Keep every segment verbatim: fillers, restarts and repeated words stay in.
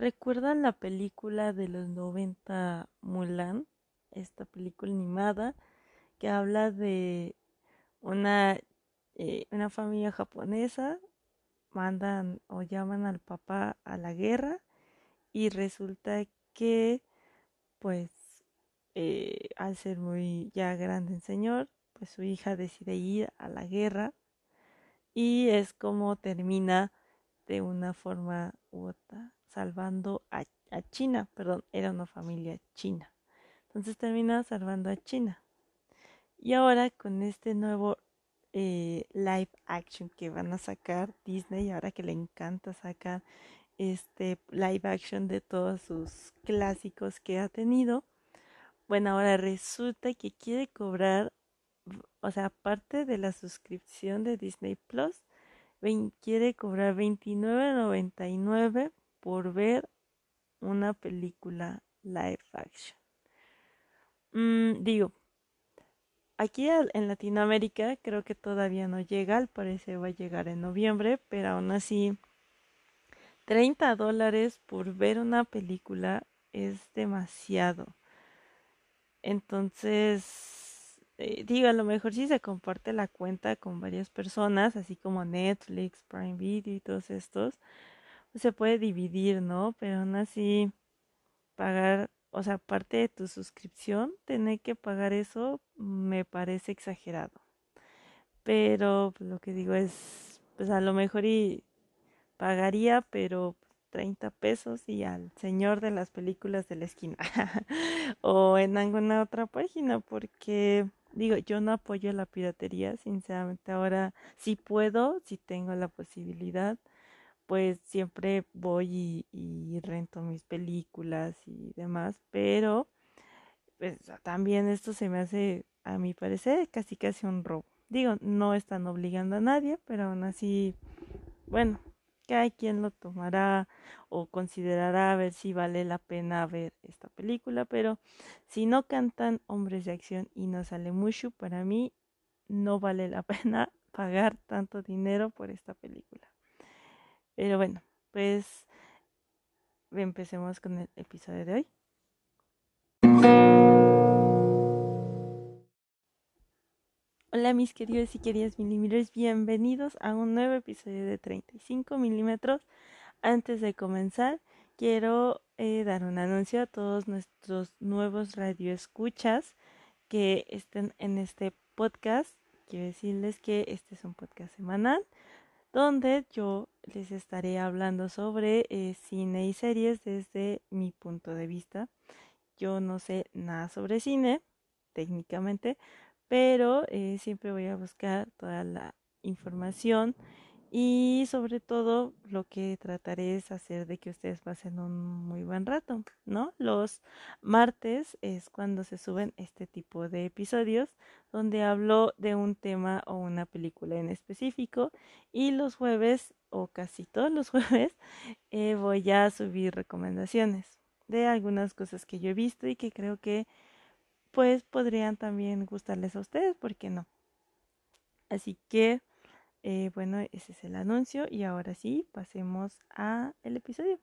¿Recuerdan la película de los noventa Mulan? Esta película animada que habla de una, eh, una familia japonesa, mandan o llaman al papá a la guerra y resulta que, pues, eh, al ser muy ya grande el señor, pues su hija decide ir a la guerra y es como termina de una forma u otra salvando a, a China, perdón, era una familia china. Entonces termina salvando a China. Y ahora con este nuevo eh, live action que van a sacar Disney, ahora que le encanta sacar este live action de todos sus clásicos que ha tenido, bueno, ahora resulta que quiere cobrar, o sea, aparte de la suscripción de Disney Plus, quiere cobrar veintinueve noventa y nueve por ver una película live action. Mm, digo, aquí en Latinoamérica creo que todavía no llega, al parecer va a llegar en noviembre, pero aún así treinta dólares por ver una película es demasiado. Entonces, eh, digo, a lo mejor si se comparte la cuenta con varias personas, así como Netflix, Prime Video y todos estos, pues se puede dividir, ¿no? Pero aún así pagar, o sea, aparte de tu suscripción, tener que pagar eso me parece exagerado. Pero pues, lo que digo es, pues a lo mejor y pagaría, pero treinta pesos y al señor de las películas de la esquina o en alguna otra página, porque digo, yo no apoyo la piratería, sinceramente. Ahora, si puedo, si tengo la posibilidad, pues siempre voy y, y rento mis películas y demás, pero pues también esto se me hace, a mi parecer, casi casi un robo. Digo, no están obligando a nadie, pero aún así, bueno, cada quien lo tomará o considerará a ver si vale la pena ver esta película, pero si no cantan Hombres de Acción y no sale mucho, para mí no vale la pena pagar tanto dinero por esta película. Pero bueno, pues empecemos con el episodio de hoy. Hola mis queridos y queridas milímetros, bienvenidos a un nuevo episodio de treinta y cinco milímetros. Antes de comenzar, quiero eh, dar un anuncio a todos nuestros nuevos radioescuchas que estén en este podcast. Quiero decirles que este es un podcast semanal donde yo les estaré hablando sobre eh, cine y series desde mi punto de vista. Yo no sé nada sobre cine, técnicamente, pero eh, siempre voy a buscar toda la información y sobre todo lo que trataré es hacer de que ustedes pasen un muy buen rato, ¿no? Los martes es cuando se suben este tipo de episodios donde hablo de un tema o una película en específico y los jueves o casi todos los jueves eh, voy a subir recomendaciones de algunas cosas que yo he visto y que creo que pues podrían también gustarles a ustedes, ¿por qué no? Así que eh, bueno, ese es el anuncio y ahora sí, pasemos a el episodio.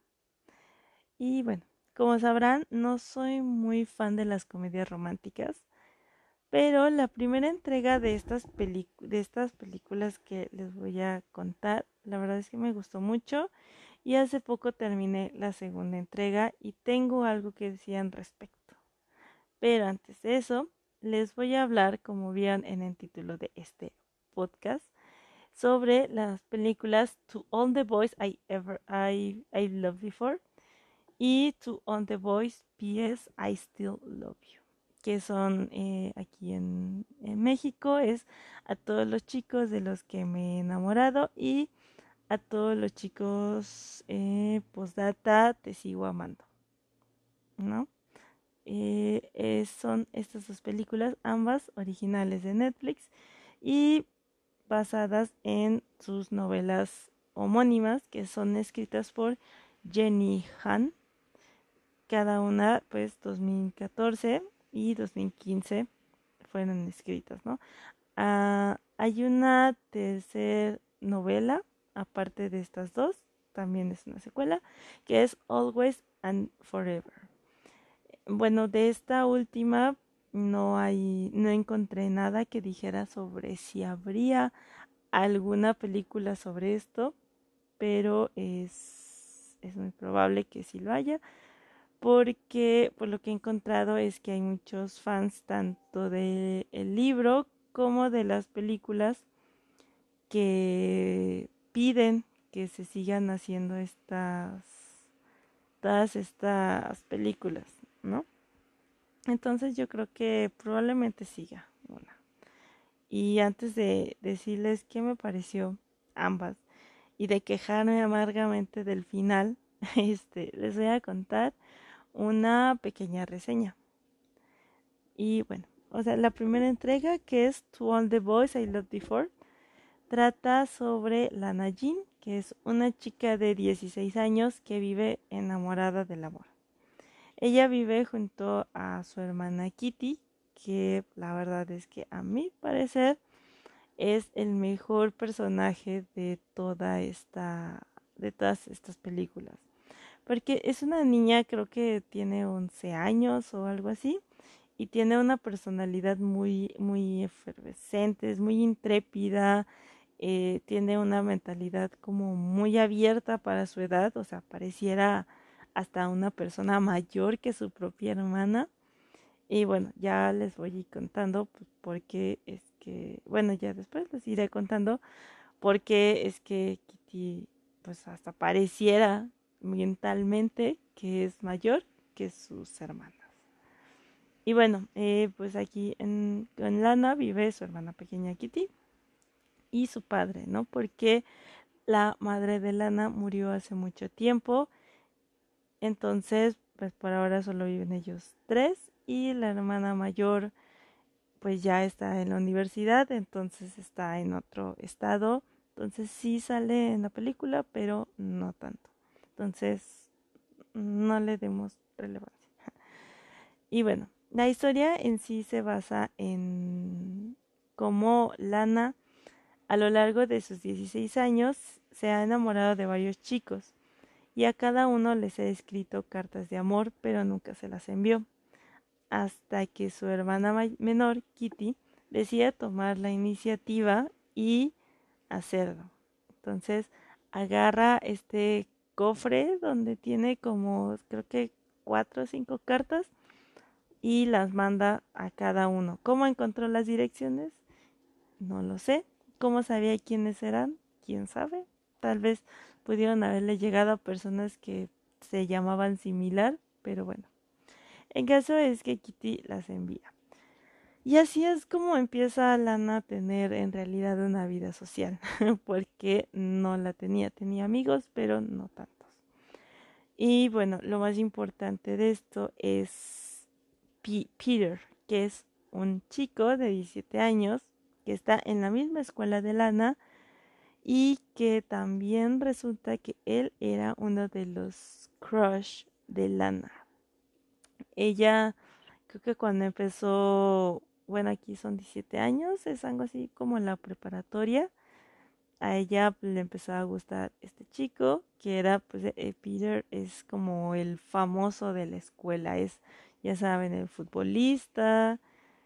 Y bueno, como sabrán, no soy muy fan de las comedias románticas, pero la primera entrega de estas, de estas películas que les voy a contar, la verdad es que me gustó mucho y hace poco terminé la segunda entrega y tengo algo que decir al respecto. Pero antes de eso, les voy a hablar, como vieron en el título de este podcast, sobre las películas To All the Boys I Ever I, I Loved Before y To All the Boys P S I Still Love You, que son eh, aquí en, en México, es a todos los chicos de los que me he enamorado y a todos los chicos eh, postdata te sigo amando, ¿no? Eh, eh, son estas dos películas, ambas originales de Netflix y basadas en sus novelas homónimas que son escritas por Jenny Han, cada una pues dos mil catorce y dos mil quince fueron escritas, ¿no? Ah, hay una tercera novela aparte de estas dos también es una secuela, que es Always and Forever. Bueno, de esta última no hay, no encontré nada que dijera sobre si habría alguna película sobre esto, pero es, es muy probable que sí lo haya, porque por lo que he encontrado es que hay muchos fans tanto del libro como de las películas que piden que se sigan haciendo estas, todas estas películas, ¿no? Entonces yo creo que probablemente siga una. Y antes de decirles qué me pareció ambas y de quejarme amargamente del final, este, les voy a contar una pequeña reseña. Y bueno, o sea, la primera entrega, que es To All the Boys I Loved Before, trata sobre Lana Jean, que es una chica de dieciséis años que vive enamorada del amor. Ella vive junto a su hermana Kitty, que la verdad es que a mi parecer es el mejor personaje de toda esta, de todas estas películas. Porque es una niña, creo que tiene once años o algo así, y tiene una personalidad muy, muy efervescente, es muy intrépida, eh, tiene una mentalidad como muy abierta para su edad, o sea, pareciera hasta una persona mayor que su propia hermana. Y bueno, ya les voy a ir contando pues, por qué es que, bueno, ya después les iré contando por qué es que Kitty pues hasta pareciera mentalmente que es mayor que sus hermanas. Y bueno, eh, pues aquí en, en Lana vive su hermana pequeña Kitty y su padre, ¿no? Porque la madre de Lana murió hace mucho tiempo, entonces pues por ahora solo viven ellos tres y la hermana mayor pues ya está en la universidad, entonces está en otro estado, entonces sí sale en la película, pero no tanto. Entonces no le demos relevancia. Y bueno, la historia en sí se basa en cómo Lana a lo largo de sus dieciséis años se ha enamorado de varios chicos y a cada uno les ha escrito cartas de amor, pero nunca se las envió, hasta que su hermana menor, Kitty, decide tomar la iniciativa y hacerlo. Entonces agarra este cofre donde tiene como creo que cuatro o cinco cartas y las manda a cada uno. ¿Cómo encontró las direcciones? No lo sé. ¿Cómo sabía quiénes eran? ¿Quién sabe? Tal vez pudieron haberle llegado a personas que se llamaban similar, pero bueno. El caso es que Kitty las envía. Y así es como empieza Lana a tener en realidad una vida social, porque no la tenía, tenía amigos, pero no tantos. Y bueno, lo más importante de esto es P Peter, que es un chico de diecisiete años que está en la misma escuela de Lana y que también resulta que él era uno de los crush de Lana. Ella, creo que cuando empezó, bueno, aquí son diecisiete años, es algo así como en la preparatoria. A ella le empezó a gustar este chico, que era, pues, eh, Peter es como el famoso de la escuela, es, ya saben, el futbolista,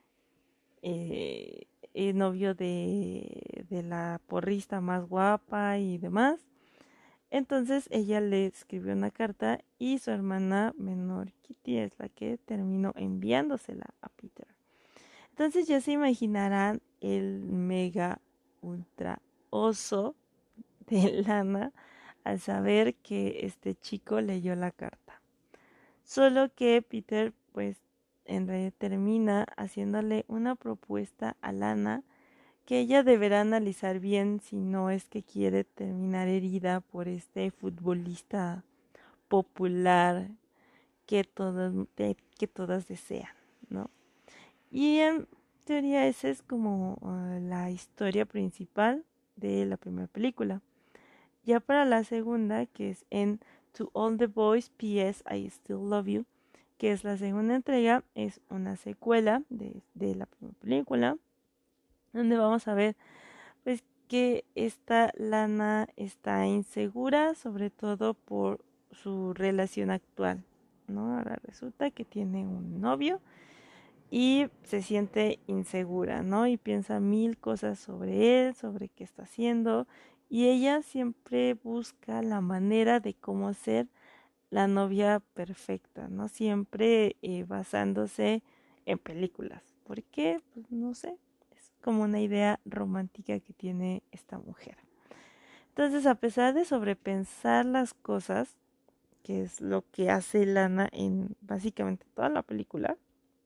eh, el novio de, de la porrista más guapa y demás. Entonces ella le escribió una carta y su hermana menor Kitty es la que terminó enviándosela a Peter. Entonces ya se imaginarán el mega ultra oso de Lana al saber que este chico leyó la carta. Solo que Peter pues en realidad termina haciéndole una propuesta a Lana que ella deberá analizar bien si no es que quiere terminar herida por este futbolista popular que todas, que todas desean, ¿no? Y en teoría esa es como uh, la historia principal de la primera película. Ya para la segunda, que es en To All the Boys P S I Still Love You, que es la segunda entrega, es una secuela de, de la primera película, donde vamos a ver pues que esta Lana está insegura, sobre todo por su relación actual, ¿no? Ahora resulta que tiene un novio y se siente insegura, ¿no? Y piensa mil cosas sobre él, sobre qué está haciendo, y ella siempre busca la manera de cómo ser la novia perfecta, ¿no? Siempre eh, basándose en películas. ¿Por qué? Pues no sé, es como una idea romántica que tiene esta mujer. Entonces, a pesar de sobrepensar las cosas, que es lo que hace Lana en básicamente toda la película,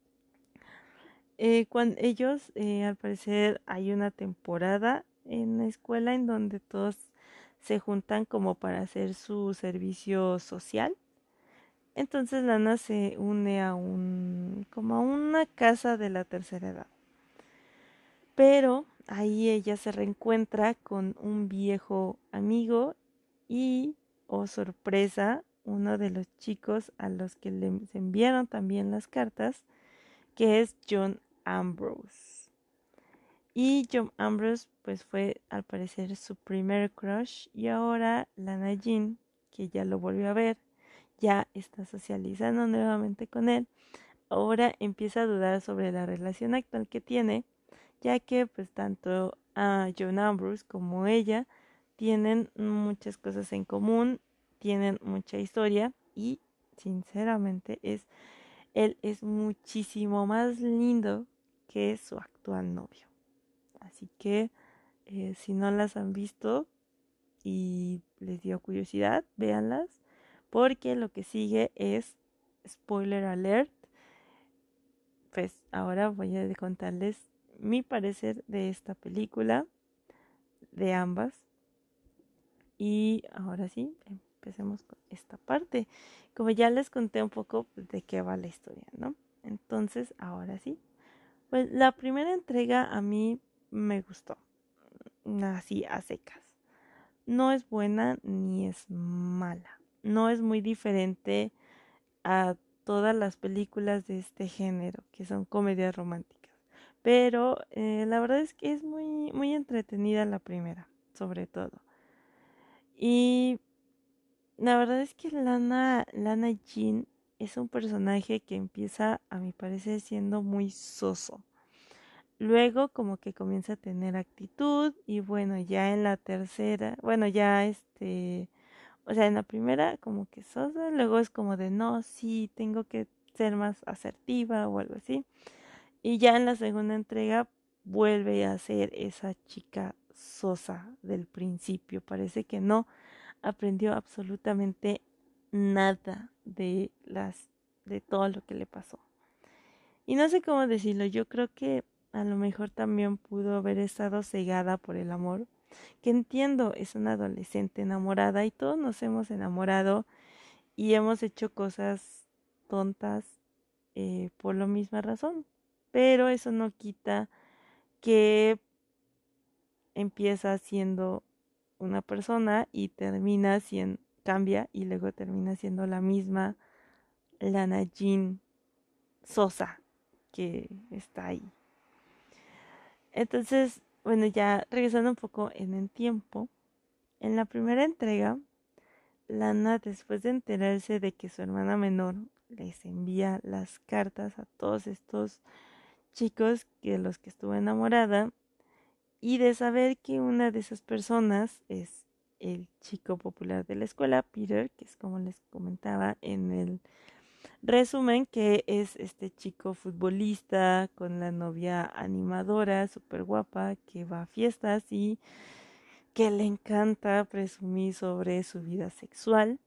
eh, cuando ellos, eh, al parecer, hay una temporada en la escuela en donde todos se juntan como para hacer su servicio social. Entonces Lana se une a un, como a una casa de la tercera edad. Pero ahí ella se reencuentra con un viejo amigo y, oh sorpresa, uno de los chicos a los que le enviaron también las cartas, que es John Ambrose. Y John Ambrose pues fue al parecer su primer crush, y ahora Lana Jean, que ya lo volvió a ver, ya está socializando nuevamente con él. Ahora empieza a dudar sobre la relación actual que tiene, ya que pues tanto a John Ambrose como ella tienen muchas cosas en común, tienen mucha historia y sinceramente es él es muchísimo más lindo que su actual novio. Así que eh, si no las han visto y les dio curiosidad, véanlas, porque lo que sigue es spoiler alert. Pues ahora voy a contarles mi parecer de esta película, de ambas. Y ahora sí, empecemos con esta parte. Como ya les conté un poco pues, de qué va la historia, ¿no? Entonces, ahora sí. Pues la primera entrega a mí me gustó, así a secas. No es buena ni es mala. No es muy diferente a todas las películas de este género, que son comedias románticas. Pero eh, la verdad es que es muy, muy entretenida la primera, sobre todo. Y la verdad es que Lana, Lana Jean es un personaje que empieza, a mi parecer, siendo muy soso. Luego como que comienza a tener actitud y bueno, ya en la tercera, bueno, ya este, o sea, en la primera como que sosa, luego es como de no, sí, tengo que ser más asertiva o algo así. Y ya en la segunda entrega vuelve a ser esa chica sosa del principio. Parece que no aprendió absolutamente nada de las de todo lo que le pasó. Y no sé cómo decirlo, yo creo que a lo mejor también pudo haber estado cegada por el amor, que entiendo, es una adolescente enamorada y todos nos hemos enamorado y hemos hecho cosas tontas eh, por la misma razón. Pero eso no quita que empieza siendo una persona y termina siendo, cambia y luego termina siendo la misma Lana Jean Sosa que está ahí. Entonces, bueno, ya regresando un poco en el tiempo, en la primera entrega, Lana, después de enterarse de que su hermana menor les envía las cartas a todos estos chicos de los que estuvo enamorada, y de saber que una de esas personas es el chico popular de la escuela, Peter, que es como les comentaba en el resumen, que es este chico futbolista con la novia animadora, súper guapa, que va a fiestas y que le encanta presumir sobre su vida sexual.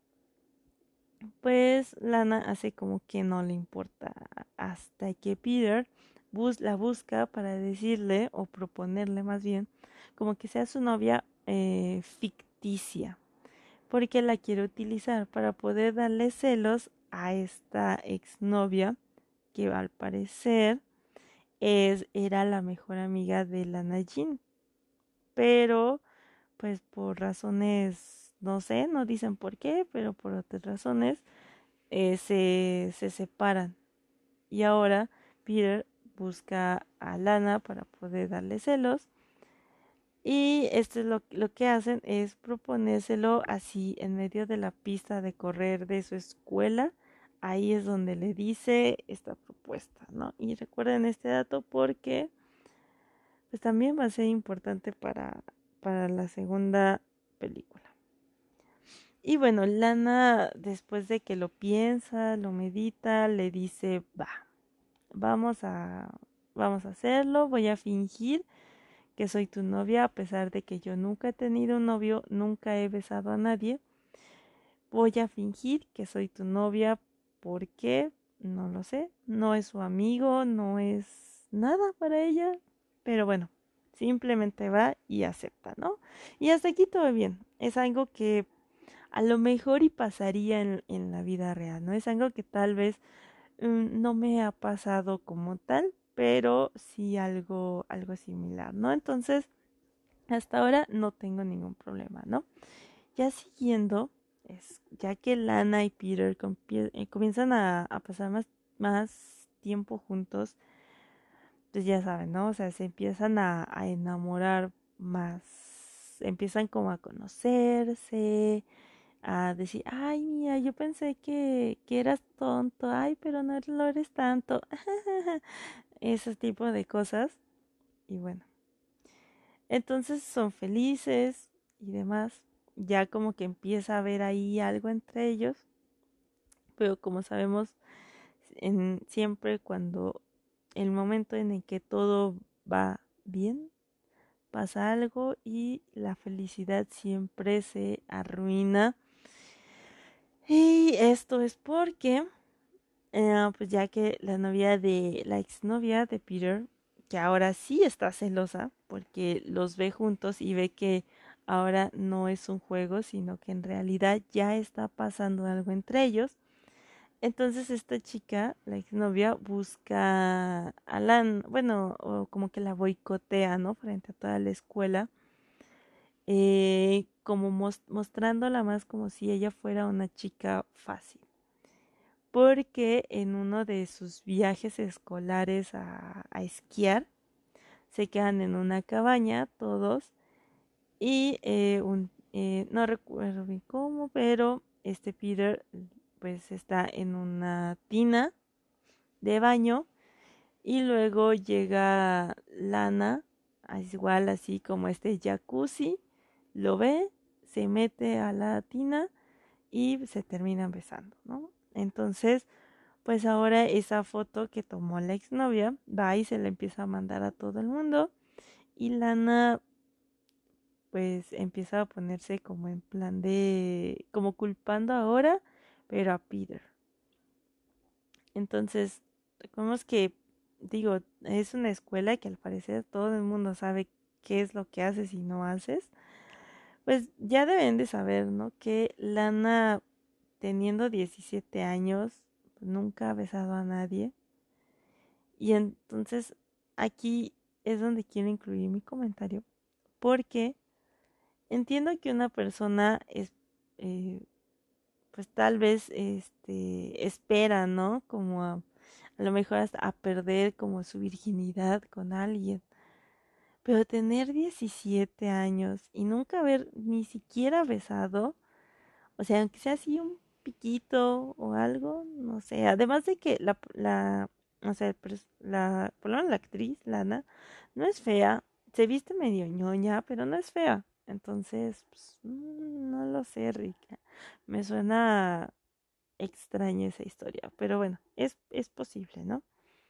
Pues Lana hace como que no le importa hasta que Peter bus la busca para decirle o proponerle más bien como que sea su novia eh, ficticia, porque la quiere utilizar para poder darle celos a esta exnovia que al parecer es, era la mejor amiga de Lana Jean, pero pues por razones, no sé, no dicen por qué, pero por otras razones eh, se, se separan. Y ahora Peter busca a Lana para poder darle celos Y esto es lo, lo que hacen es proponérselo así en medio de la pista de correr de su escuela. Ahí es donde le dice esta propuesta, ¿no? Y recuerden este dato porque pues también va a ser importante para, para la segunda película. Y bueno, Lana, después de que lo piensa, lo medita, le dice, va, vamos a, vamos a hacerlo, voy a fingir que soy tu novia, a pesar de que yo nunca he tenido un novio, nunca he besado a nadie. Voy a fingir que soy tu novia porque, no lo sé, no es su amigo, no es nada para ella, pero bueno, simplemente va y acepta, ¿no? Y hasta aquí todo bien. Es algo que a lo mejor y pasaría en, en la vida real, ¿no? Es algo que tal vez mm, no me ha pasado como tal, pero sí algo, algo similar, ¿no? Entonces, hasta ahora no tengo ningún problema, ¿no? Ya siguiendo, es, ya que Lana y Peter compie- eh, comienzan a, a pasar más, más tiempo juntos, pues ya saben, ¿no? O sea, se empiezan a, a enamorar más, empiezan como a conocerse, a decir, ay, mira, yo pensé que, que eras tonto, ay, pero no lo eres tanto, ese tipo de cosas. Y bueno, entonces son felices y demás. Ya como que empieza a haber ahí algo entre ellos, pero como sabemos, en, siempre cuando el momento en el que todo va bien, pasa algo y la felicidad siempre se arruina. Y esto es porque, eh, pues ya que la novia de la exnovia de Peter, que ahora sí está celosa porque los ve juntos y ve que ahora no es un juego, sino que en realidad ya está pasando algo entre ellos. Entonces esta chica, la exnovia, busca a Lan, bueno, o como que la boicotea, ¿no? Frente a toda la escuela, eh, como mos- mostrándola más como si ella fuera una chica fácil. Porque en uno de sus viajes escolares a, a esquiar, se quedan en una cabaña todos y eh, un, eh, no recuerdo bien cómo, pero este Peter pues está en una tina de baño y luego llega Lana, igual así como este jacuzzi, lo ve, se mete a la tina y se terminan besando, ¿no? Entonces, pues ahora esa foto que tomó la exnovia va y se la empieza a mandar a todo el mundo y Lana pues empieza a ponerse como en plan de, como culpando ahora, pero a Peter. Entonces, como es que, digo, es una escuela que al parecer todo el mundo sabe qué es lo que haces y no haces. Pues ya deben de saber, ¿no? Que Lana, teniendo diecisiete años, nunca ha besado a nadie. Y entonces aquí es donde quiero incluir mi comentario. Porque entiendo que una persona es, eh, pues tal vez, este, espera, ¿no? Como a, a lo mejor hasta a perder como su virginidad con alguien. Pero tener diecisiete años y nunca haber ni siquiera besado, o sea, aunque sea así un piquito o algo, no sé. Además de que la, la, o sea, pers- la, por lo menos la actriz, Lana, no es fea, se viste medio ñoña, pero no es fea. Entonces, pues, mm, no lo sé, Rica. Me suena extraña esa historia, pero bueno, es, es posible, ¿no?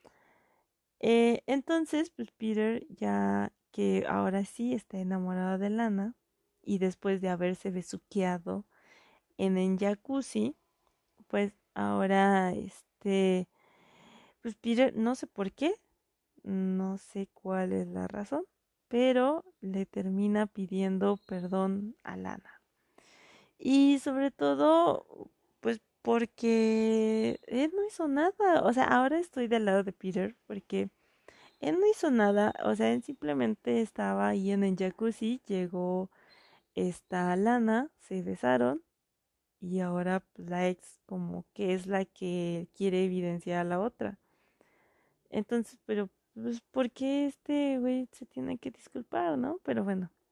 Eh, entonces, pues Peter, ya que ahora sí está enamorado de Lana, y después de haberse besuqueado en el jacuzzi, pues ahora, este, pues Peter, no sé por qué, no sé cuál es la razón, pero le termina pidiendo perdón a Lana. Y sobre todo, pues porque él no hizo nada. O sea, ahora estoy del lado de Peter porque él no hizo nada. O sea, él simplemente estaba ahí en el jacuzzi, llegó esta Lana, se besaron y ahora pues, la ex como que es la que quiere evidenciar a la otra. Entonces, pero pues ¿por qué este güey se tiene que disculpar, no? Pero bueno.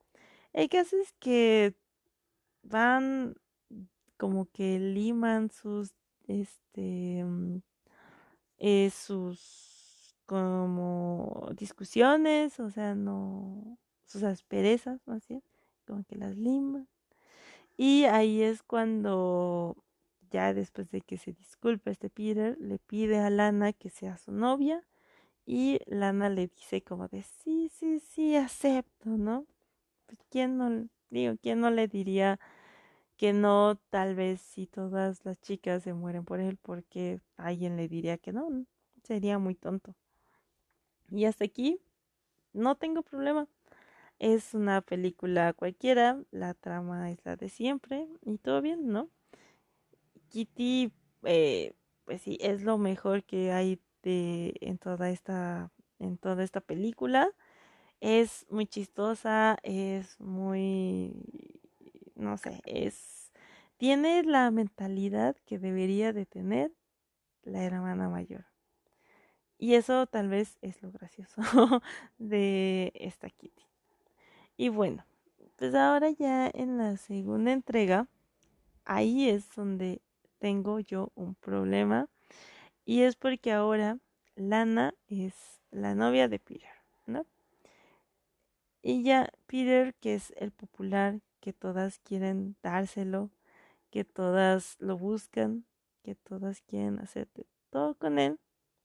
El caso es que van como que liman sus, este, mm, eh, sus como discusiones, o sea, no, sus asperezas, más bien, como que las liman. Y ahí es cuando, ya después de que se disculpa este Peter, le pide a Lana que sea su novia. Y Lana le dice como de, sí, sí, sí, acepto, ¿no? Pues quién no, digo, quién no le diría que no, tal vez si todas las chicas se mueren por él, porque alguien le diría que no, ¿no? Sería muy tonto. Y hasta aquí no tengo problema. Es una película cualquiera, la trama es la de siempre y todo bien, ¿no? Kitty, eh, pues sí, es lo mejor que hay de, en toda esta, en toda esta película. Es muy chistosa, es muy, no sé, es, tiene la mentalidad que debería de tener la hermana mayor. Y eso tal vez es lo gracioso de esta Kitty. Y bueno, pues ahora ya en la segunda entrega, ahí es donde tengo yo un problema. Y es porque ahora Lana es la novia de Peter, ¿no? Y ya Peter, que es el popular, que todas quieren dárselo, que todas lo buscan, que todas quieren hacer todo con él,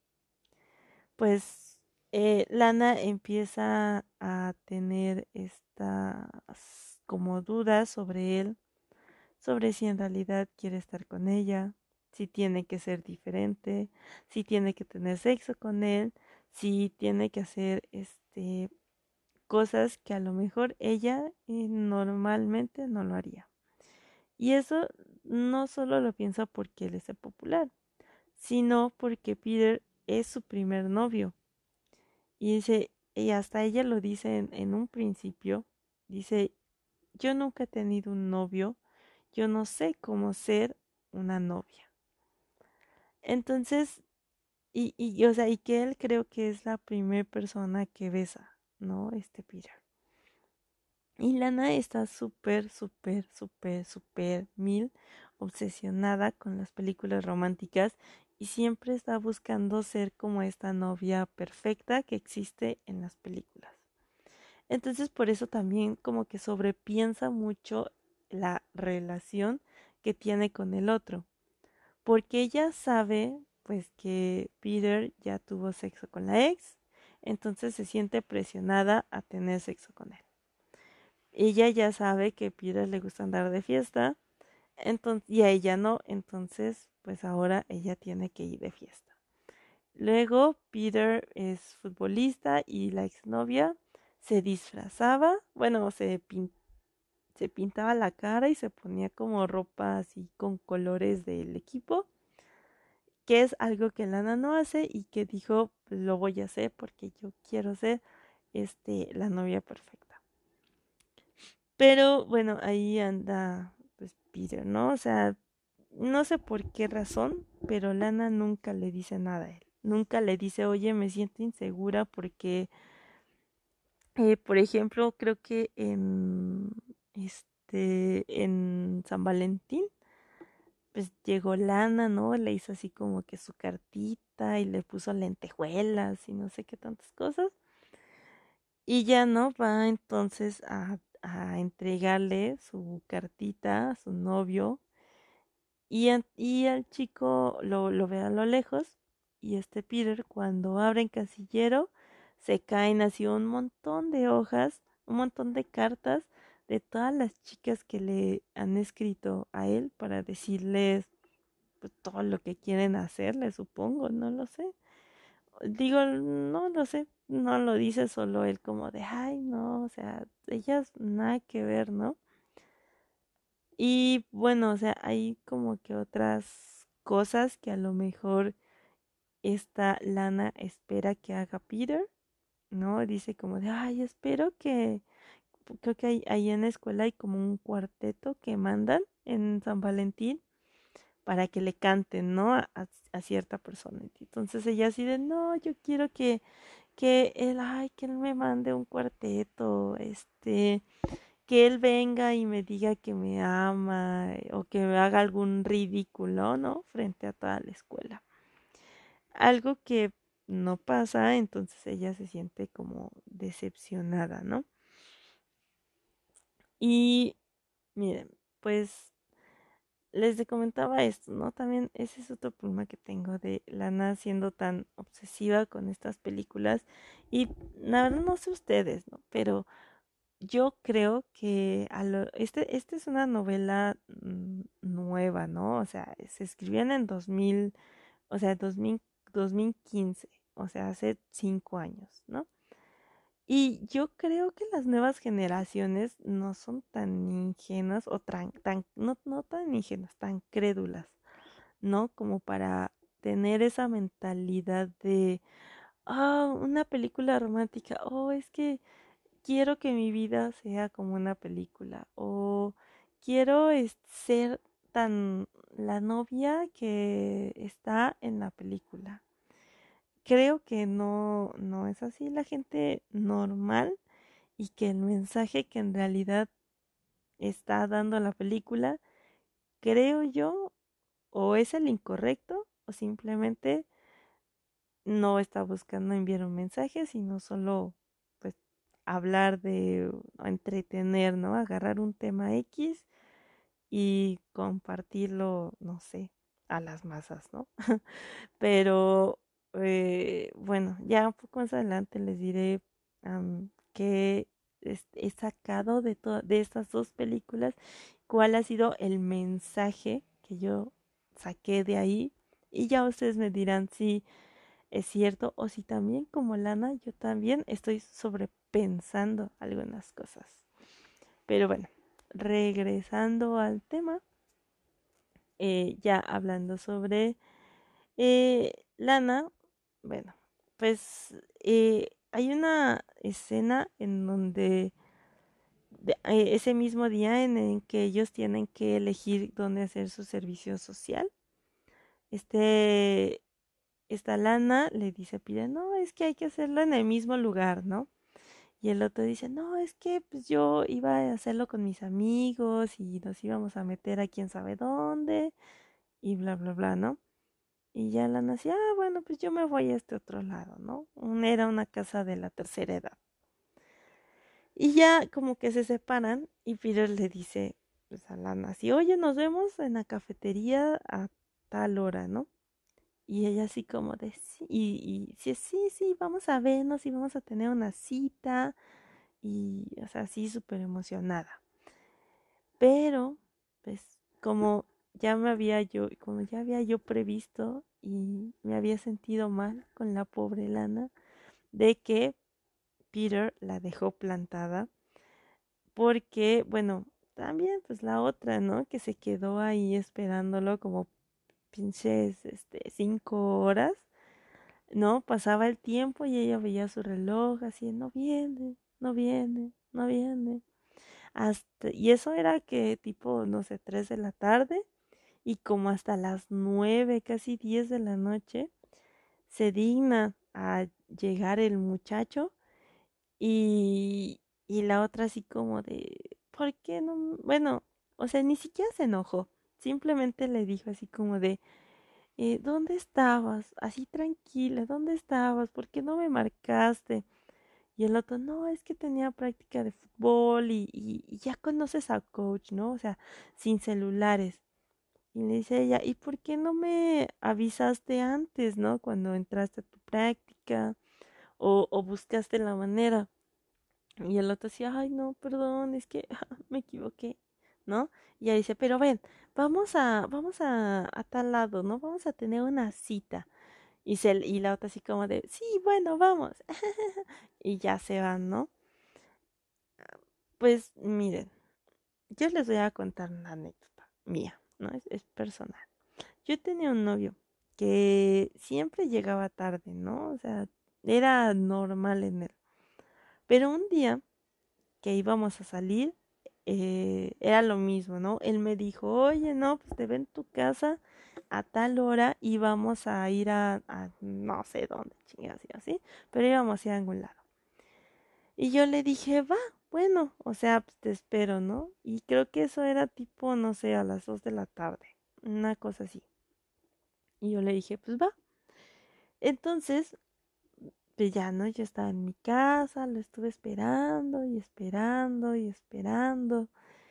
pues eh, Lana empieza a tener estas como dudas sobre él, sobre si en realidad quiere estar con ella, si tiene que ser diferente, si tiene que tener sexo con él, si tiene que hacer este cosas que a lo mejor ella eh, normalmente no lo haría. Y eso no solo lo piensa porque él es el popular, sino porque Peter es su primer novio. Y dice, y hasta ella lo dice en, en un principio, dice, yo nunca he tenido un novio, yo no sé cómo ser una novia. Entonces, y, y, o sea, y que él creo que es la primera persona que besa, ¿no? Este Peter. Y Lana está súper, súper, súper, súper mil obsesionada con las películas románticas y siempre está buscando ser como esta novia perfecta que existe en las películas. Entonces por eso también como que sobrepiensa mucho la relación que tiene con el otro, porque ella sabe pues que Peter ya tuvo sexo con la ex, entonces se siente presionada a tener sexo con él. Ella ya sabe que a Peter le gusta andar de fiesta, entonces, y a ella no, entonces pues ahora ella tiene que ir de fiesta. Luego Peter es futbolista y la exnovia se disfrazaba, bueno, se, pin se pintaba la cara y se ponía como ropa así con colores del equipo, que es algo que Lana no hace y que dijo, lo voy a hacer porque yo quiero ser este, la novia perfecta. Pero bueno, ahí anda pues Peter, ¿no? O sea, no sé por qué razón, pero Lana nunca le dice nada a él. Nunca le dice, oye, me siento insegura porque, eh, por ejemplo, creo que en, este, en San Valentín, pues llegó Lana, ¿no? Le hizo así como que su cartita y le puso lentejuelas y no sé qué tantas cosas. Y ya no va entonces a, a entregarle su cartita a su novio y, an- y el chico lo, lo ve a lo lejos y este Peter cuando abre el casillero se caen así un montón de hojas, un montón de cartas de todas las chicas que le han escrito a él para decirles pues, todo lo que quieren hacerle, supongo, no lo sé. Digo, no lo sé, no lo dice solo él como de, ay, no, o sea, ellas nada que ver, ¿no? Y bueno, o sea, hay como que otras cosas que a lo mejor esta Lana espera que haga Peter, ¿no? Dice como de, ay, espero que, creo que hay, ahí en la escuela hay como un cuarteto que mandan en San Valentín para que le canten, ¿no? A, a- a cierta persona. Entonces ella así de, no, yo quiero que, que él, ay, que él me mande un cuarteto, este, que él venga y me diga que me ama eh, o que me haga algún ridículo, ¿no? Frente a toda la escuela. Algo que no pasa, entonces ella se siente como decepcionada, ¿no? Y miren, pues les de- comentaba esto, ¿no? También ese es otro problema que tengo de Lana siendo tan obsesiva con estas películas. Y la verdad no sé ustedes, ¿no? Pero yo creo que a lo- este, esta es una novela mm, nueva, ¿no? O sea, se escribió en el dos mil, o sea, dos mil, dos mil quince, o sea, hace cinco años, ¿no? Y yo creo que las nuevas generaciones no son tan ingenuas o tan, tan no, no tan ingenuas, tan crédulas, ¿no? Como para tener esa mentalidad de, ah, una película romántica, oh, es que quiero que mi vida sea como una película, o quiero es- ser tan la novia que está en la película. Creo que no, no es así la gente normal y que el mensaje que en realidad está dando la película, creo yo, o es el incorrecto o simplemente no está buscando enviar un mensaje, sino solo pues hablar de o entretener, ¿no? Agarrar un tema X y compartirlo, no sé, a las masas, ¿no? Pero eh, bueno, ya un poco más adelante les diré am, qué es- he sacado de, to- de estas dos películas, cuál ha sido el mensaje que yo saqué de ahí. Y ya ustedes me dirán si es cierto o si también como Lana yo también estoy sobrepensando algunas cosas. Pero bueno, regresando al tema, eh, ya hablando sobre eh, Lana, bueno, pues eh, hay una escena en donde de- eh, ese mismo día en el que ellos tienen que elegir dónde hacer su servicio social, este, esta Lana le dice a Peter, no, es que hay que hacerlo en el mismo lugar, ¿no? Y el otro dice, no, es que pues yo iba a hacerlo con mis amigos y nos íbamos a meter a quién sabe dónde y bla, bla, bla, ¿no? Y ya Lana decía, ah, bueno, pues yo me voy a este otro lado, ¿no? Un- era una casa de la tercera edad. Y ya como que se separan y Peter le dice pues a Lana así, oye, nos vemos en la cafetería a tal hora, ¿no? Y ella así como de, sí, y, y sí, sí, sí, vamos a vernos y vamos a tener una cita. Y, o sea, así súper emocionada. Pero, pues, como ya me había yo, como ya había yo previsto y me había sentido mal con la pobre Lana, de que Peter la dejó plantada, porque, bueno, también pues la otra, ¿no? Que se quedó ahí esperándolo como pinches, este, cinco horas, ¿no? Pasaba el tiempo y ella veía su reloj así, no viene, no viene, no viene. Hasta, y eso era que tipo, no sé, tres de la tarde y como hasta las nueve, casi diez de la noche, se digna a llegar el muchacho y, y la otra así como de, ¿por qué no? Bueno, o sea, ni siquiera se enojó, simplemente le dijo así como de, eh, ¿dónde estabas? Así tranquila, ¿dónde estabas? ¿Por qué no me marcaste? Y el otro, no, es que tenía práctica de fútbol y, y, y ya conoces al coach, ¿no? O sea, sin celulares. Y le dice ella, ¿y por qué no me avisaste antes, ¿no? Cuando entraste a tu práctica o, o buscaste la manera. Y el otro decía, ay, no, perdón, es que me equivoqué, ¿no? Y ella dice, pero ven, vamos a, vamos a, a tal lado, ¿no? Vamos a tener una cita. Y, se, y la otra así como de, sí, bueno, vamos. Y ya se van, ¿no? Pues miren, yo les voy a contar una anécdota mía, ¿no? Es, es personal. Yo tenía un novio que siempre llegaba tarde, ¿no? O sea, era normal en él. Pero un día que íbamos a salir, eh, era lo mismo, ¿no? Él me dijo, oye, no, pues te ven en tu casa a tal hora y vamos a ir a, a no sé dónde, chingados y así, pero íbamos a ir a algún lado. Y yo le dije, va, bueno, o sea, pues te espero, ¿no? Y creo que eso era tipo, no sé, a las dos de la tarde, una cosa así. Y yo le dije, pues va. Entonces, pues ya, ¿no? Yo estaba en mi casa, lo estuve esperando y esperando y esperando.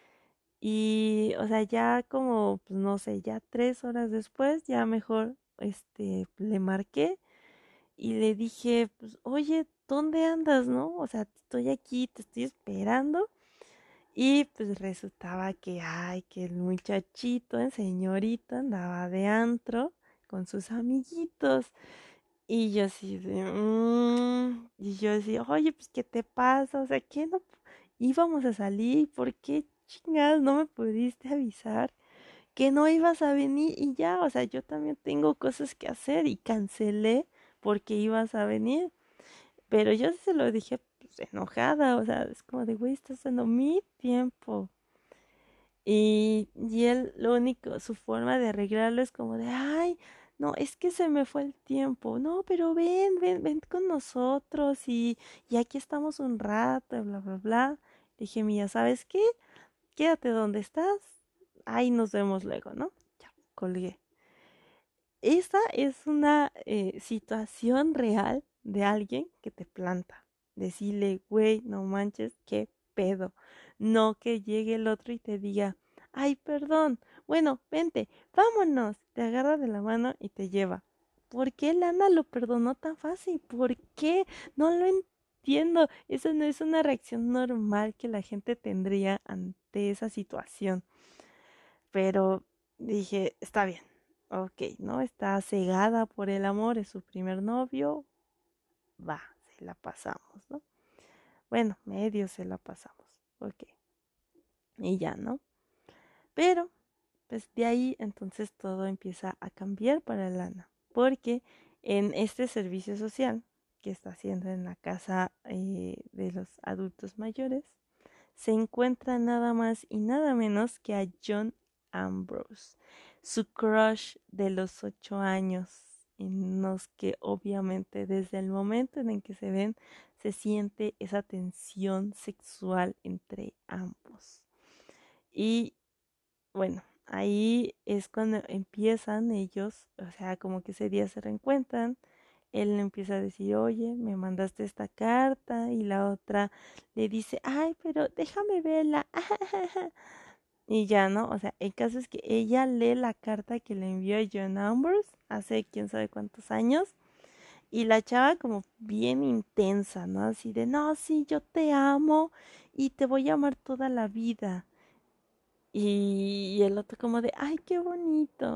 Y, o sea, ya como, pues no sé, ya tres horas después, ya mejor, este, le marqué y le dije, pues, oye, ¿dónde andas, no? O sea, estoy aquí, te estoy esperando. Y pues resultaba que, ay, que el muchachito, el señorito, andaba de antro con sus amiguitos. Y yo así de, "Mm", y yo así, oye, pues, ¿qué te pasa? O sea, ¿qué no íbamos a salir? ¿Por qué chingadas no me pudiste avisar que no ibas a venir? Y ya, o sea, yo también tengo cosas que hacer y cancelé porque ibas a venir. Pero yo sí se lo dije, pues, enojada, o sea, es como de, güey, estás dando mi tiempo. Y, y él, lo único, su forma de arreglarlo es como de, ay, no, es que se me fue el tiempo. No, pero ven, ven, ven con nosotros y, y aquí estamos un rato, bla, bla, bla. Dije, mía, ¿sabes qué? Quédate donde estás. Ahí nos vemos luego, ¿no? Ya, colgué. Esa es una eh, situación real de alguien que te planta. Decirle, güey, no manches, qué pedo. No que llegue el otro y te diga, ay, perdón, bueno, vente, vámonos. Te agarra de la mano y te lleva. ¿Por qué Lana lo perdonó tan fácil? ¿Por qué? No lo entiendo. Esa no es una reacción normal que la gente tendría ante esa situación. Pero dije, está bien, ok, ¿no? Está cegada por el amor, es su primer novio, va, se la pasamos, ¿no? Bueno, medio se la pasamos, ok, y ya, ¿no? Pero, pues de ahí entonces todo empieza a cambiar para Lana, porque en este servicio social que está haciendo en la casa eh, de los adultos mayores, se encuentra nada más y nada menos que a John Ambrose, su crush de los ocho años, en los que obviamente desde el momento en el que se ven se siente esa tensión sexual entre ambos. Y bueno, ahí es cuando empiezan ellos, o sea, como que ese día se reencuentran. Él le empieza a decir, oye, me mandaste esta carta, y la otra le dice, ay, pero déjame verla. Y ya, ¿no? O sea, el caso es que ella lee la carta que le envió a John Ambrose hace quién sabe cuántos años, y la chava como bien intensa, ¿no? Así de, no, sí, yo te amo y te voy a amar toda la vida. Y el otro como de, ay, qué bonito.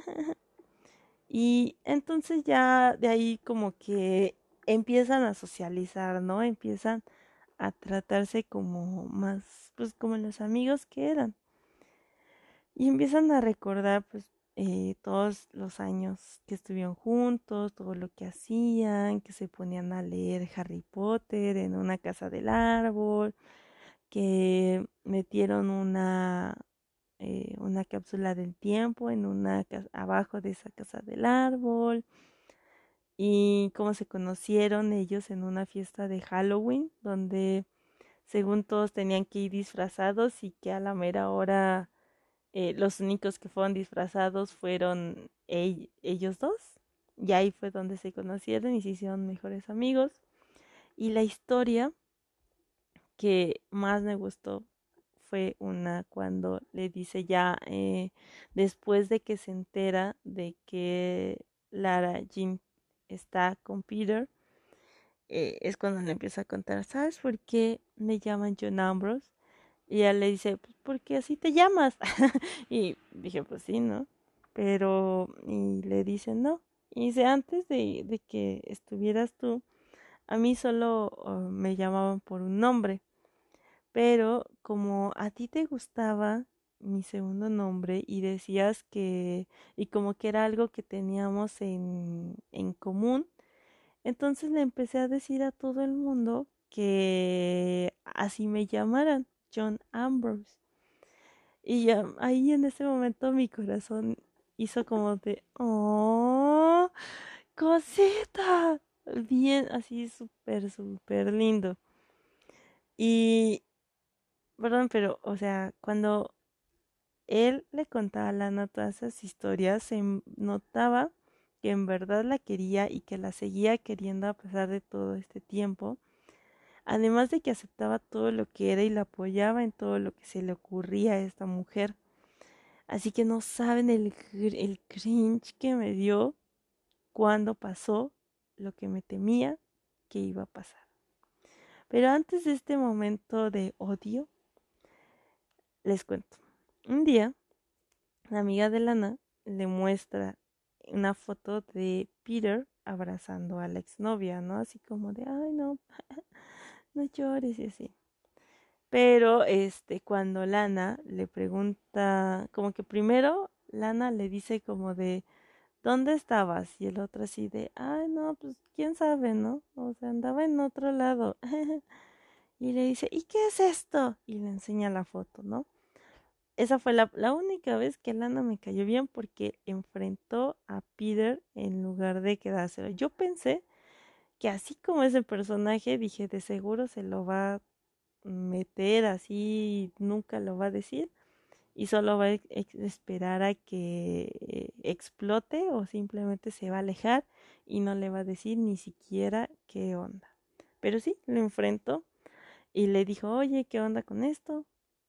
Y entonces ya de ahí como que empiezan a socializar, ¿no? Empiezan a tratarse como más, pues como los amigos que eran. Y empiezan a recordar, pues, eh, todos los años que estuvieron juntos, todo lo que hacían, que se ponían a leer Harry Potter en una casa del árbol, que metieron una eh, una cápsula del tiempo en una ca- abajo de esa casa del árbol, y cómo se conocieron ellos en una fiesta de Halloween donde según todos tenían que ir disfrazados y que a la mera hora eh, los únicos que fueron disfrazados fueron ell- ellos dos, y ahí fue donde se conocieron y se hicieron mejores amigos. Y la historia que más me gustó fue una cuando le dice ya, eh, después de que se entera de que Lara Jean está con Peter, eh, es cuando le empieza a contar, ¿sabes por qué me llaman John Ambrose? Y ella le dice, pues porque así te llamas. Y dije, pues sí, ¿no? Pero, y le dice, no. Y dice, antes de, de que estuvieras tú, a mí solo uh, me llamaban por un nombre. Pero como a ti te gustaba mi segundo nombre y decías que, y como que era algo que teníamos en, en común, entonces le empecé a decir a todo el mundo que así me llamaran, John Ambrose. Y ya ahí en ese momento mi corazón hizo como de, oh, cosita, bien, así súper, súper lindo. Y perdón, pero, o sea, cuando él le contaba a Lana todas esas historias, se m- notaba que en verdad la quería y que la seguía queriendo a pesar de todo este tiempo. Además de que aceptaba todo lo que era y la apoyaba en todo lo que se le ocurría a esta mujer. Así que no saben el, gr- el cringe que me dio cuando pasó lo que me temía que iba a pasar. Pero antes de este momento de odio, les cuento. Un día, la amiga de Lana le muestra una foto de Peter abrazando a la exnovia, ¿no? Así como de, ay, no, no llores y así. Pero este, cuando Lana le pregunta, como que primero Lana le dice como de, ¿dónde estabas? Y el otro así de, ay, no, pues quién sabe, ¿no? O sea, andaba en otro lado. Y le dice, ¿y qué es esto? Y le enseña la foto, ¿no? Esa fue la, la única vez que Lana me cayó bien porque enfrentó a Peter en lugar de quedárselo. Yo pensé que así como ese personaje, dije, de seguro se lo va a meter así, nunca lo va a decir y solo va a ex- esperar a que eh, explote o simplemente se va a alejar y no le va a decir ni siquiera qué onda. Pero sí, lo enfrentó y le dijo, oye, ¿qué onda con esto?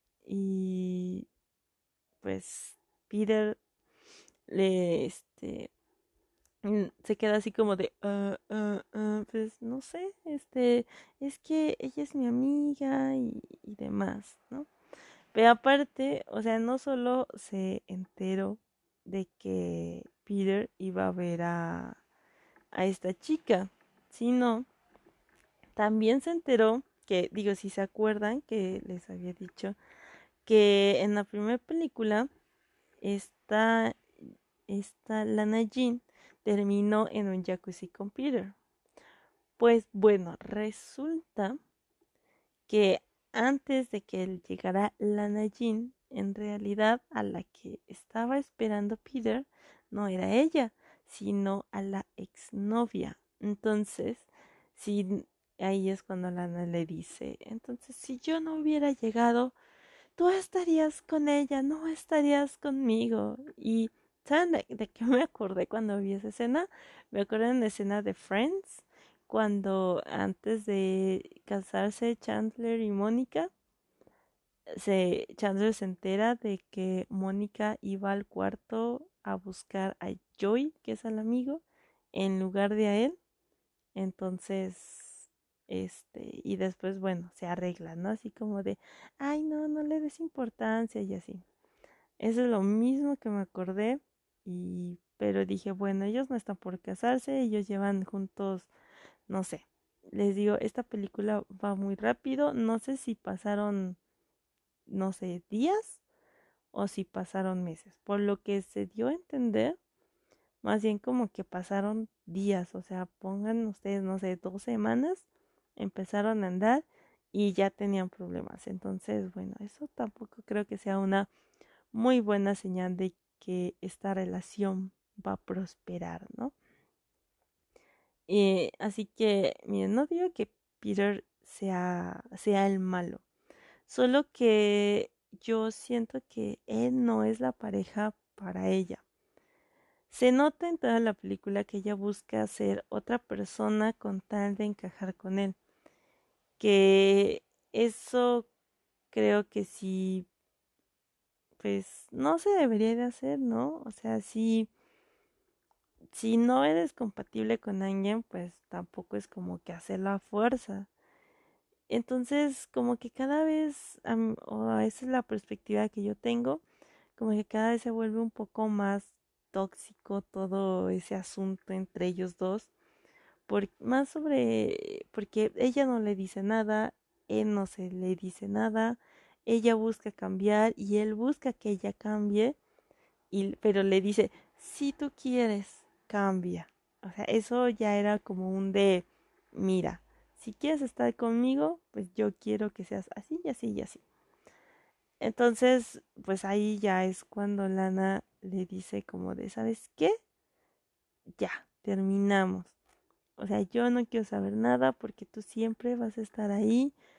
Y pues Peter le, este, mm, se queda así como de, "Ah, ah, ah", pues no sé, este, es que ella es mi amiga y, y demás, ¿no? Pero aparte, o sea, no solo se enteró de que Peter iba a ver a, a esta chica, sino también se enteró que, digo, si se acuerdan que les había dicho que en la primera película esta, esta Lana Jean terminó en un jacuzzi con Peter. Pues bueno, resulta que antes de que él llegara Lana Jean, en realidad a la que estaba esperando Peter no era ella, sino a la exnovia. Entonces, sí, ahí es cuando Lana le dice, entonces si yo no hubiera llegado, tú estarías con ella, no estarías conmigo. Y ¿saben de, de qué me acordé cuando vi esa escena? Me acordé de la escena de Friends, cuando antes de casarse Chandler y Mónica, se, Chandler se entera de que Mónica iba al cuarto a buscar a Joey, que es el amigo, en lugar de a él. Entonces, este, y después, bueno, se arregla, ¿no? Así como de, ay, no, no le des importancia y así. Eso es lo mismo que me acordé y, pero dije, bueno, ellos no están por casarse, ellos llevan juntos, no sé. Les digo, esta película va muy rápido, no sé si pasaron, no sé, días o si pasaron meses. Por lo que se dio a entender, más bien como que pasaron días, o sea, pongan ustedes, no sé, dos semanas, empezaron a andar y ya tenían problemas. Entonces, bueno, eso tampoco creo que sea una muy buena señal de que esta relación va a prosperar, ¿no? Eh, así que, miren, no digo que Peter sea, sea el malo, solo que yo siento que él no es la pareja para ella. Se nota en toda la película que ella busca ser otra persona con tal de encajar con él. Que eso creo que sí, pues no se debería de hacer, ¿no? O sea, si, si no eres compatible con alguien, pues tampoco es como que hacerlo a fuerza. Entonces, como que cada vez, am- o esa es la perspectiva que yo tengo, como que cada vez se vuelve un poco más tóxico todo ese asunto entre ellos dos. Por, más sobre, porque ella no le dice nada, él no se le dice nada, ella busca cambiar y él busca que ella cambie, y, pero le dice, si tú quieres, cambia. O sea, eso ya era como un de, mira, si quieres estar conmigo, pues yo quiero que seas así y así y así. Entonces, pues ahí ya es cuando Lana le dice como de, ¿sabes qué? Ya, terminamos. O sea, yo no quiero saber nada porque tú siempre vas a estar ahí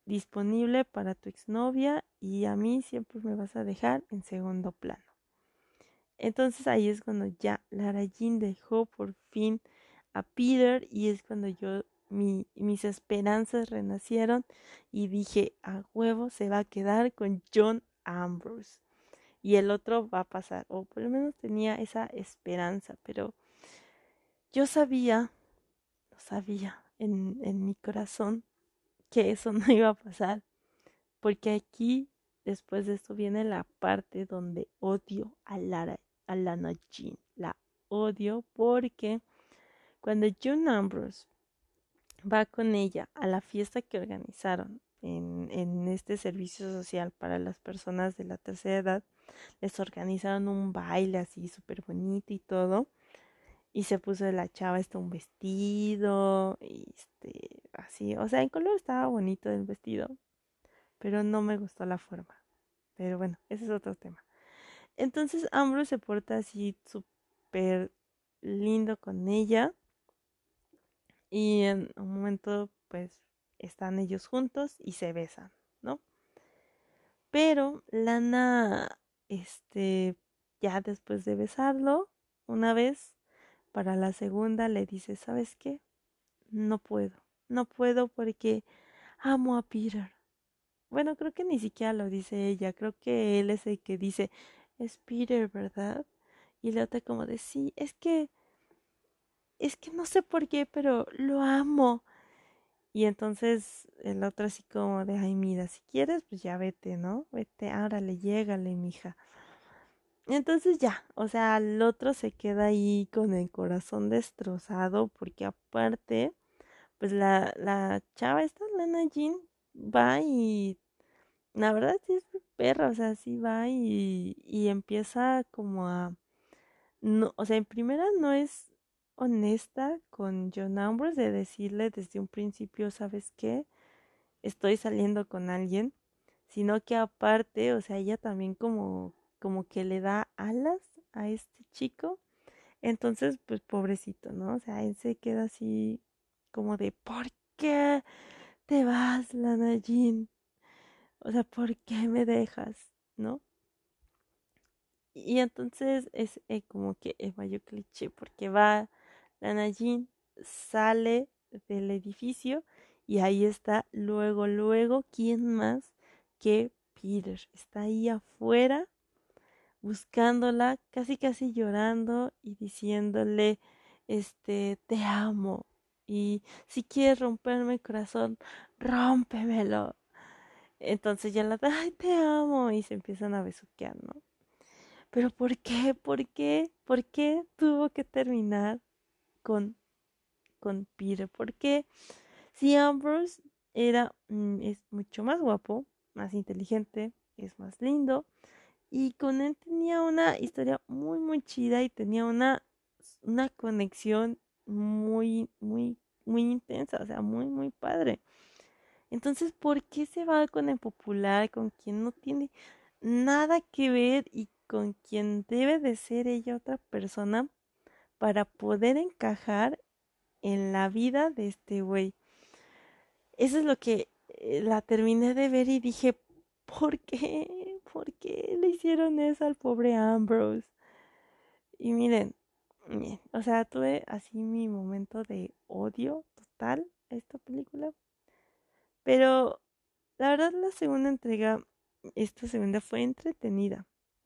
disponible para tu exnovia y a mí siempre me vas a dejar en segundo plano. Entonces ahí es cuando ya Lara Jean dejó por fin a Peter y es cuando yo mi, mis esperanzas renacieron y dije, a huevo se va a quedar con John Ambrose y el otro va a pasar, o por lo menos tenía esa esperanza, pero yo sabía, lo sabía en, en mi corazón que eso no iba a pasar, porque aquí después de esto viene la parte donde odio a Lara, a Lana Jean, la odio porque cuando John Ambrose va con ella a la fiesta que organizaron en, en este servicio social para las personas de la tercera edad, les organizaron un baile así súper bonito y todo. Y se puso de la chava este un vestido, y este, así, o sea, en color estaba bonito el vestido, pero no me gustó la forma. Pero bueno, ese es otro tema. Entonces Ambrose se porta así súper lindo con ella y en un momento pues están ellos juntos y se besan, ¿no? Pero Lana, este, ya después de besarlo, una vez, para la segunda le dice, ¿sabes qué? No puedo, no puedo porque amo a Peter. Bueno, creo que ni siquiera lo dice ella, creo que él es el que dice, es Peter, ¿verdad? Y la otra como de, sí, es que, es que no sé por qué, pero lo amo. Y entonces el otro así como de, ay, mira, si quieres, pues ya vete, ¿no? Vete, árale, llégale, mija. Y entonces ya, o sea, el otro se queda ahí con el corazón destrozado porque aparte, pues la, la chava esta, Lana Jean, va y la verdad sí es muy perra, o sea, sí va y, y empieza como a, no, o sea, en primera no es honesta con John Ambrose de decirle desde un principio, ¿sabes qué? Estoy saliendo con alguien, sino que aparte, o sea, ella también como, como que le da alas a este chico, entonces, pues pobrecito, ¿no? O sea, él se queda así como de, ¿por qué te vas, Lana Jean? O sea, ¿por qué me dejas? ¿No? Y entonces es eh, como que el mayor cliché, porque va Lana Jean, sale del edificio y ahí está luego, luego, ¿quién más que Peter? Está ahí afuera buscándola, casi casi llorando y diciéndole, este, te amo. Y si quieres romperme el corazón, rómpemelo. Entonces ya la, ay, te amo. Y se empiezan a besuquear, ¿no? Pero ¿por qué? ¿Por qué? ¿Por qué tuvo que terminar con, con Peter? Porque si Ambrose era, mm, es mucho más guapo, más inteligente, es más lindo, y con él tenía una historia muy, muy chida y tenía una, una conexión muy, muy, muy intensa, o sea, muy, muy padre. Entonces, ¿por qué se va con el popular, con quien no tiene nada que ver y con quien debe de ser ella otra persona para poder encajar en la vida de este güey? Eso es lo que eh, la terminé de ver y dije, ¿por qué? ¿Por qué le hicieron eso al pobre Ambrose? Y miren, miren, o sea, tuve así mi momento de odio total a esta película, pero la verdad la segunda entrega, esta segunda fue entretenida,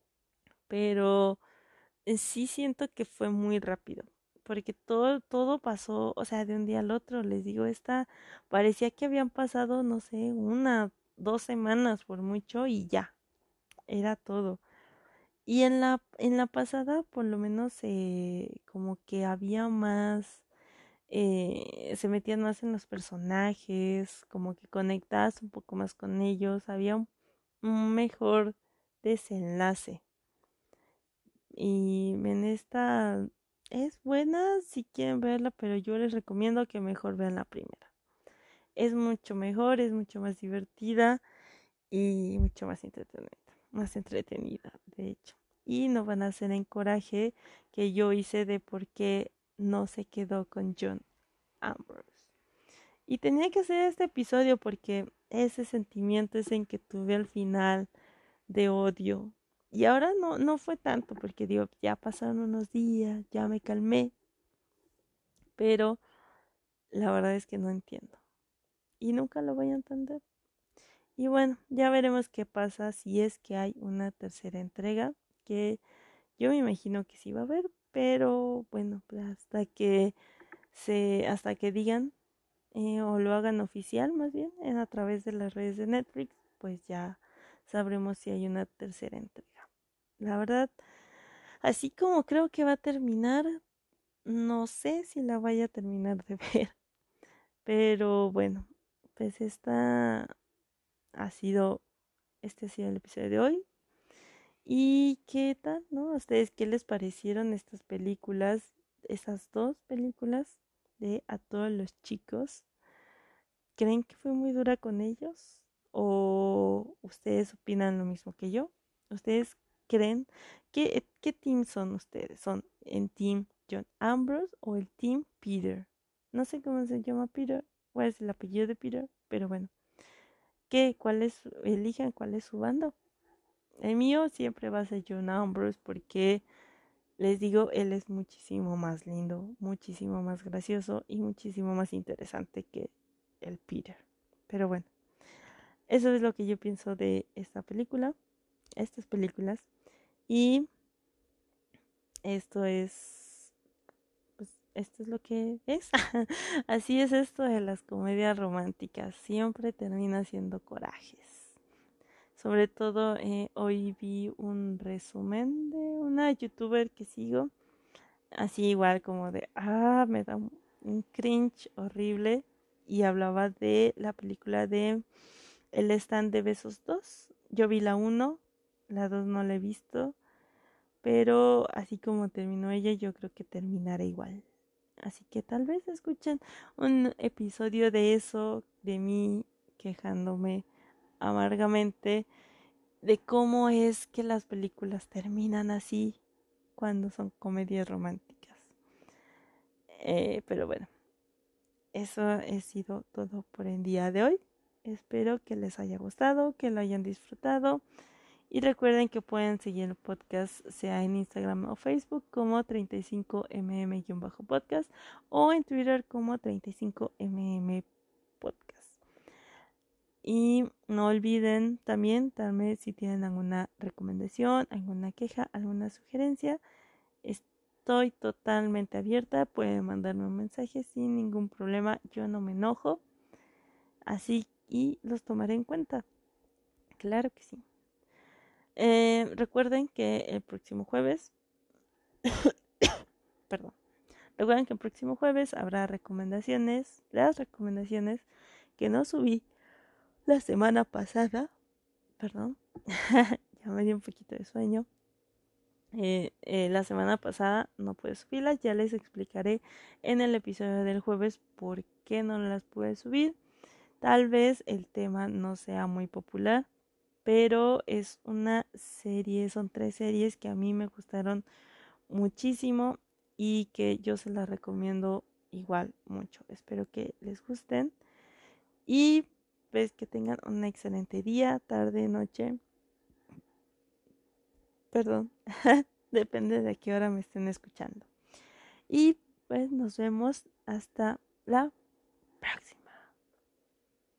pero eh, sí siento que fue muy rápido, porque todo, todo pasó, o sea, de un día al otro, les digo, esta parecía que habían pasado, no sé, una, dos semanas por mucho y ya, era todo. Y en la, en la pasada, por lo menos, eh, como que había más, eh, se metían más en los personajes, como que conectabas un poco más con ellos, había un, un mejor desenlace. Y en esta es buena si quieren verla, pero yo les recomiendo que mejor vean la primera. Es mucho mejor, es mucho más divertida y mucho más entretenida, más entretenida, de hecho. Y no van a hacer en coraje que yo hice de por qué no se quedó con John Ambrose. Y tenía que hacer este episodio porque ese sentimiento ese en que tuve al final de odio. Y ahora no, no fue tanto, porque digo, ya pasaron unos días, ya me calmé, pero la verdad es que no entiendo. Y nunca lo voy a entender. Y bueno, ya veremos qué pasa si es que hay una tercera entrega, que yo me imagino que sí va a haber, pero bueno, pues hasta que se, hasta que digan eh, o lo hagan oficial más bien en, a través de las redes de Netflix, pues ya sabremos si hay una tercera entrega. La verdad, así como creo que va a terminar, no sé si la vaya a terminar de ver, pero bueno, pues esta ha sido, este ha sido el episodio de hoy. ¿Y qué tal, no? ¿A ustedes qué les parecieron estas películas, esas dos películas de A todos los chicos? ¿Creen que fue muy dura con ellos? ¿O ustedes opinan lo mismo que yo? ¿Ustedes creen que qué team son ustedes? ¿Son en team John Ambrose o el team Peter? No sé cómo se llama Peter, cuál es el apellido de Peter, pero bueno, ¿qué? ¿Cuál es? Elijan cuál es su bando. El mío siempre va a ser John Ambrose porque les digo, él es muchísimo más lindo, muchísimo más gracioso y muchísimo más interesante que el Peter. Pero bueno, eso es lo que yo pienso de esta película, estas películas. Y esto es, pues, esto es lo que es. Así es esto de las comedias románticas. Siempre termina siendo corajes. Sobre todo, eh, hoy vi un resumen de una youtuber que sigo. Así igual como de, ah, me da un, un cringe horrible. Y hablaba de la película de El stand de besos dos. Yo vi la uno, la dos no la he visto, pero así como terminó ella, yo creo que terminará igual. Así que tal vez escuchen un episodio de eso, de mí quejándome amargamente de cómo es que las películas terminan así cuando son comedias románticas. Eh, pero bueno, eso ha sido todo por el día de hoy. Espero que les haya gustado, que lo hayan disfrutado. Y recuerden que pueden seguir el podcast sea en Instagram o Facebook como treinta y cinco eme eme-podcast o en Twitter como treinta y cinco eme eme podcast. Y no olviden también darme si tienen alguna recomendación, alguna queja, alguna sugerencia. Estoy totalmente abierta. Pueden mandarme un mensaje sin ningún problema. Yo no me enojo. Así y los tomaré en cuenta. Claro que sí. Eh, recuerden que el próximo jueves, perdón, recuerden que el próximo jueves habrá recomendaciones, las recomendaciones que no subí la semana pasada, perdón, ya me dio un poquito de sueño. Eh, eh, la semana pasada no pude subirlas, ya les explicaré en el episodio del jueves por qué no las pude subir. Tal vez el tema no sea muy popular, pero es una serie, son tres series que a mí me gustaron muchísimo y que yo se las recomiendo igual mucho. Espero que les gusten y pues que tengan un excelente día, tarde, noche. Perdón, depende de a qué hora me estén escuchando. Y pues nos vemos hasta la próxima.